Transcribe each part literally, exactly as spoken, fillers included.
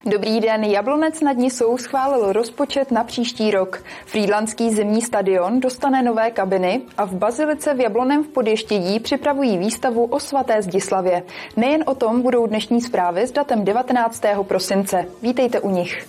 Dobrý den, Jablonec nad Nisou schválil rozpočet na příští rok. Frýdlantský zimní stadion dostane nové kabiny a v bazilice v Jablonném v Podještědí připravují výstavu o svaté Zdislavě. Nejen o tom budou dnešní zprávy s datem devatenáctého prosince. Vítejte u nich.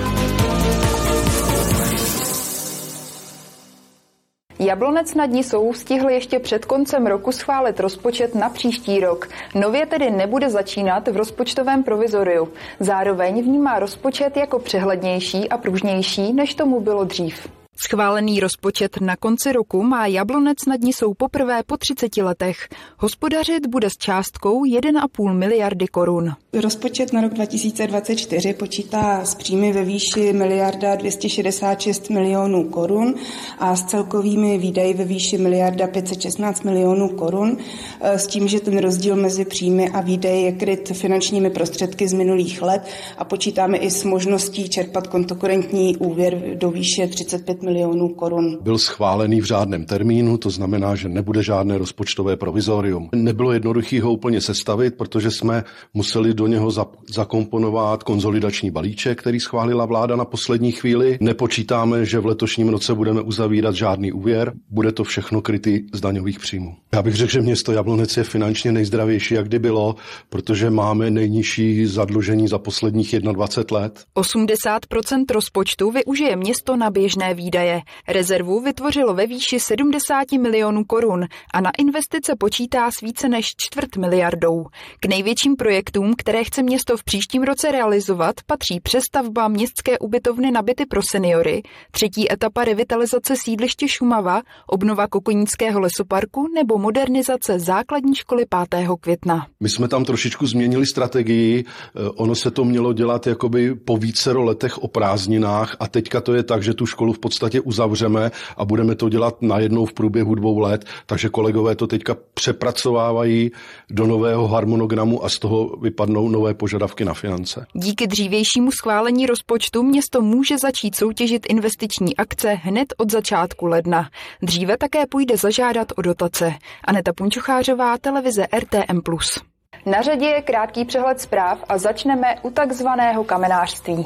Jablonec nad Nisou stihl ještě před koncem roku schválit rozpočet na příští rok. Nově tedy nebude začínat v rozpočtovém provizoriu. Zároveň vnímá rozpočet jako přehlednější a pružnější, než tomu bylo dřív. Schválený rozpočet na konci roku má Jablonec nad Nisou poprvé po třiceti letech. Hospodařit bude s částkou jedna a půl miliardy korun. Rozpočet na rok dva tisíce dvacet čtyři počítá s příjmy ve výši miliarda dvě stě šedesát šest milionů korun a s celkovými výdaji ve výši miliarda pět set šestnáct milionů korun, s tím, že ten rozdíl mezi příjmy a výdaji je kryt finančními prostředky z minulých let a počítáme i s možností čerpat kontokorentní úvěr do výše třicet pět milionů korun. Byl schválený v řádném termínu, to znamená, že nebude žádné rozpočtové provizorium. Nebylo jednoduché ho úplně sestavit, protože jsme museli do něho zakomponovat konsolidační balíček, který schválila vláda na poslední chvíli. Nepočítáme, že v letošním roce budeme uzavírat žádný úvěr, bude to všechno krytý z daňových příjmů. Já bych řekl, že město Jablonec je finančně nejzdravější, jak kdy bylo, protože máme nejnižší zadlužení za posledních dvacet jedna let. osmdesát procent rozpočtu využije město na běžné výdaje. Rezervu vytvořilo ve výši sedmdesát milionů korun a na investice počítá s více než čtvrt miliardou. K největším projektům, které chce město v příštím roce realizovat, patří přestavba městské ubytovny na byty pro seniory, třetí etapa revitalizace sídliště Šumava, obnova Kokonického lesoparku nebo modernizace základní školy pátého května. My jsme tam trošičku změnili strategii, ono se to mělo dělat jakoby po vícero letech o prázdninách a teďka to je tak, že tu školu v podstatě uzavřeme a budeme to dělat najednou v průběhu dvou let, takže kolegové to teďka přepracovávají do nového harmonogramu a z toho vypadnou nové požadavky na finance. Díky dřívějšímu schválení rozpočtu město může začít soutěžit investiční akce hned od začátku ledna. Dříve také půjde zažádat o dotace. Aneta Punčochářová, televize R T M plus. Na řadě je krátký přehled zpráv a začneme u takzvaného kamenářství.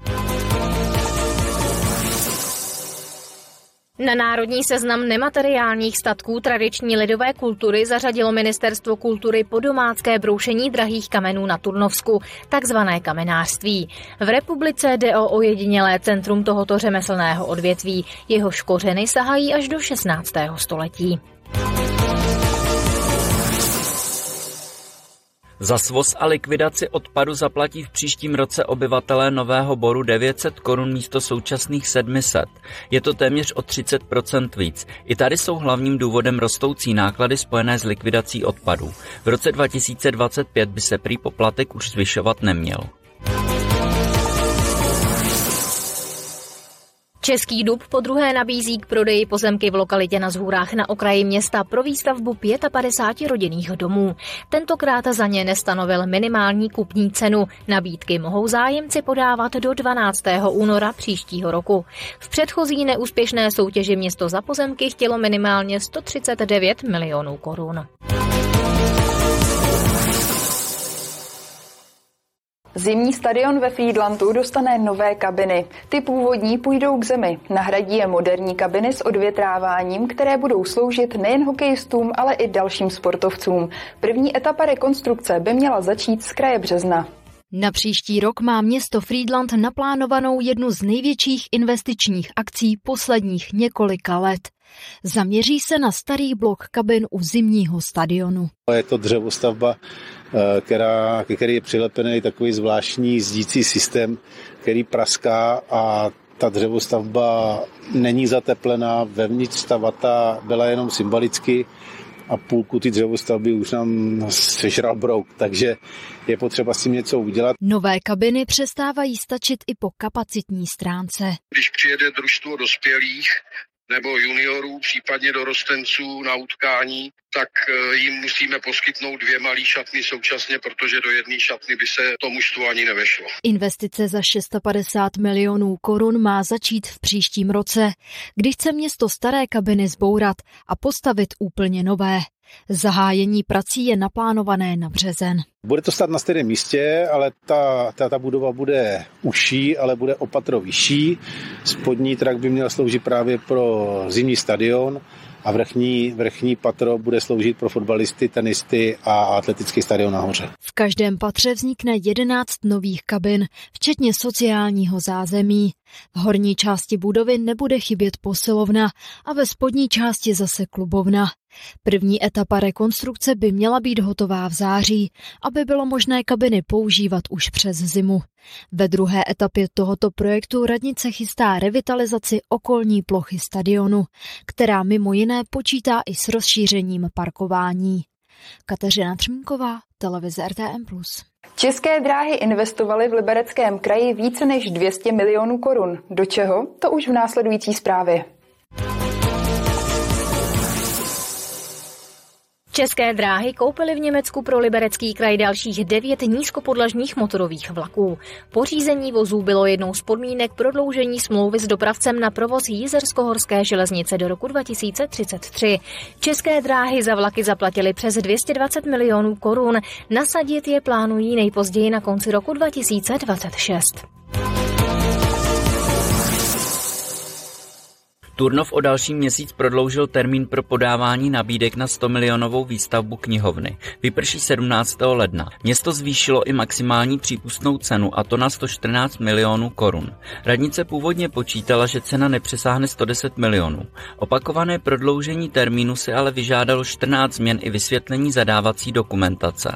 Na národní seznam nemateriálních statků tradiční lidové kultury zařadilo Ministerstvo kultury podomácké broušení drahých kamenů na Turnovsku, takzvané kamenářství. V republice jde o ojedinělé centrum tohoto řemeslného odvětví. Jehož kořeny sahají až do šestnáctého století. Za svoz a likvidaci odpadu zaplatí v příštím roce obyvatelé Nového Boru devět set korun místo současných sedm set. Je to téměř o třicet procent víc. I tady jsou hlavním důvodem rostoucí náklady spojené s likvidací odpadů. V roce dva tisíce dvacet pět by se prý poplatek už zvyšovat neměl. Český Dub podruhé nabízí k prodeji pozemky v lokalitě na Zhůrách na okraji města pro výstavbu padesát pět rodinných domů. Tentokrát za ně nestanovil minimální kupní cenu. Nabídky mohou zájemci podávat do dvanáctého února příštího roku. V předchozí neúspěšné soutěži město za pozemky chtělo minimálně sto třicet devět milionů korun. Zimní stadion ve Frýdlantu dostane nové kabiny. Ty původní půjdou k zemi. Nahradí je moderní kabiny s odvětráváním, které budou sloužit nejen hokejistům, ale i dalším sportovcům. První etapa rekonstrukce by měla začít z kraje března. Na příští rok má město Frýdlant naplánovanou jednu z největších investičních akcí posledních několika let. Zaměří se na starý blok kabin u zimního stadionu. Je to dřevostavba, která, který je přilepený takový zvláštní zdící systém, který praská a ta dřevostavba není zateplená, vevnitř ta vata byla jenom symbolicky a půlku ty dřevostavby už nám sežral brouk, takže je potřeba s tím něco udělat. Nové kabiny přestávají stačit i po kapacitní stránce. Když přijede družstvo dospělých nebo juniorů, případně dorostenců na utkání, tak jim musíme poskytnout dvě malé šatny současně, protože do jedné šatny by se to mužstvu ani nevešlo. Investice za padesát šest milionů korun má začít v příštím roce, kdy chce město staré kabiny zbourat a postavit úplně nové. Zahájení prací je naplánované na březen. Bude to stát na stejném místě, ale ta, ta, ta budova bude užší, ale bude o patro vyšší. Spodní trakt by měl sloužit právě pro zimní stadion a vrchní, vrchní patro bude sloužit pro fotbalisty, tenisty a atletický stadion nahoře. V každém patře vznikne jedenáct nových kabin, včetně sociálního zázemí. V horní části budovy nebude chybět posilovna a ve spodní části zase klubovna. První etapa rekonstrukce by měla být hotová v září, aby bylo možné kabiny používat už přes zimu. Ve druhé etapě tohoto projektu radnice chystá revitalizaci okolní plochy stadionu, která mimo jiné počítá i s rozšířením parkování. Kateřina Třmínková, televize R T M plus. České dráhy investovaly v Libereckém kraji více než dvě stě milionů korun. Do čeho? To už v následující zprávě. České dráhy koupily v Německu pro Liberecký kraj dalších devět nízkopodlažních motorových vlaků. Pořízení vozů bylo jednou z podmínek prodloužení smlouvy s dopravcem na provoz Jizerskohorské železnice do roku dva tisíce třicet tři. České dráhy za vlaky zaplatily přes dvě stě dvacet milionů korun. Nasadit je plánují nejpozději na konci roku dva tisíce dvacet šest. Turnov o další měsíc prodloužil termín pro podávání nabídek na sto milionovou výstavbu knihovny. Vyprší sedmnáctého ledna. Město zvýšilo i maximální přípustnou cenu, a to na sto čtrnáct milionů korun. Radnice původně počítala, že cena nepřesáhne sto deset milionů. Opakované prodloužení termínu si ale vyžádalo čtrnáct změn i vysvětlení zadávací dokumentace.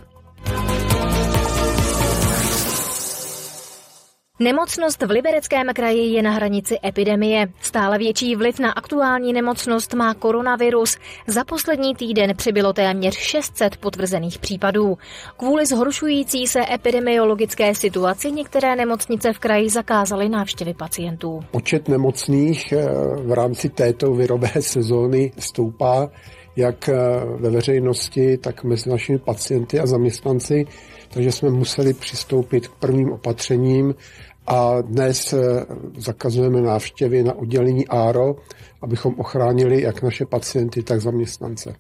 Nemocnost v Libereckém kraji je na hranici epidemie. Stále větší vliv na aktuální nemocnost má koronavirus. Za poslední týden přibylo téměř šest set potvrzených případů. Kvůli zhoršující se epidemiologické situaci některé nemocnice v kraji zakázaly návštěvy pacientů. Počet nemocných v rámci této virové sezóny stoupá jak ve veřejnosti, tak mezi našimi pacienty a zaměstnanci, takže jsme museli přistoupit k prvním opatřením a dnes zakazujeme návštěvy na oddělení Áro, abychom ochránili jak naše pacienty, tak zaměstnance.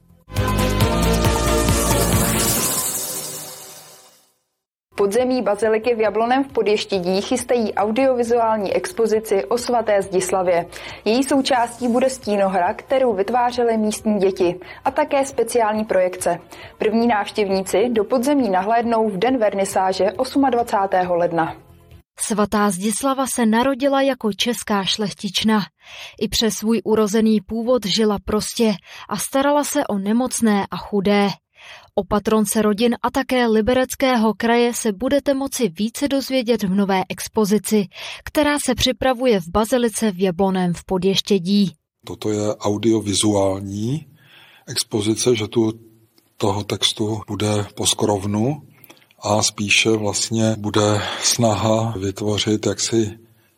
Podzemí baziliky v Jablonném v Podještědí chystají audiovizuální expozici o svaté Zdislavě. Její součástí bude stínohra, kterou vytvářely místní děti, a také speciální projekce. První návštěvníci do podzemí nahlédnou v den vernisáže dvacátého osmého ledna. Svatá Zdislava se narodila jako česká šlechtična. I přes svůj urozený původ žila prostě a starala se o nemocné a chudé. O patronce rodin a také Libereckého kraje se budete moci více dozvědět v nové expozici, která se připravuje v bazilice v Jablonném v Podještědí. Toto je audiovizuální expozice, že tu toho textu bude poskrovnu a spíše vlastně bude snaha vytvořit jaksi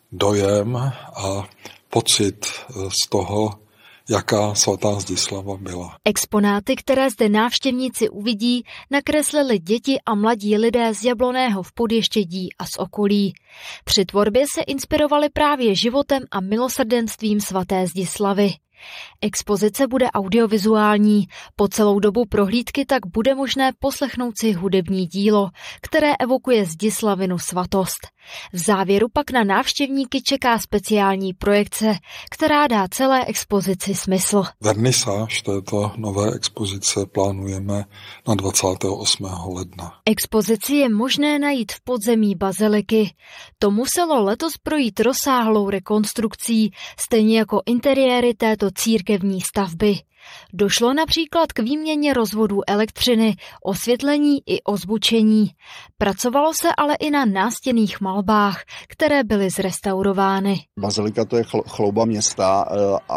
dojem a pocit z toho, jaká svatá Zdislava byla. Exponáty, které zde návštěvníci uvidí, nakreslili děti a mladí lidé z Jablonného v Podještědí a z okolí. Při tvorbě se inspirovali právě životem a milosrdenstvím svaté Zdislavy. Expozice bude audiovizuální. Po celou dobu prohlídky tak bude možné poslechnout si hudební dílo, které evokuje Zdislavinu svatost. V závěru pak na návštěvníky čeká speciální projekce, která dá celé expozici smysl. Vernisáž této nové expozice plánujeme na dvacátého osmého ledna. Expozici je možné najít v podzemí baziliky. To muselo letos projít rozsáhlou rekonstrukcí, stejně jako interiéry této církevní stavby. Došlo například k výměně rozvodů elektřiny, osvětlení i ozvučení. Pracovalo se ale i na nástěnných malbách, které byly zrestaurovány. Bazilika to je chlouba města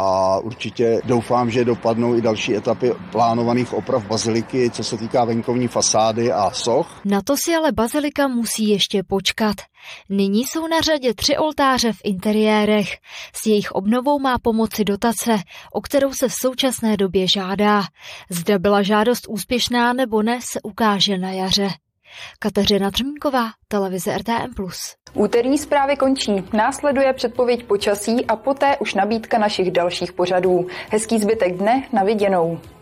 a určitě doufám, že dopadnou i další etapy plánovaných oprav baziliky, co se týká venkovní fasády a soch. Na to si ale bazilika musí ještě počkat. Nyní jsou na řadě tři oltáře v interiérech. S jejich obnovou má pomoci dotace, o kterou se v současné době žádá. Zda byla žádost úspěšná nebo ne, se ukáže na jaře. Kateřina Třmínková, televize R T M plus. Úterní zprávy končí. Následuje předpověď počasí a poté už nabídka našich dalších pořadů. Hezký zbytek dne, na viděnou.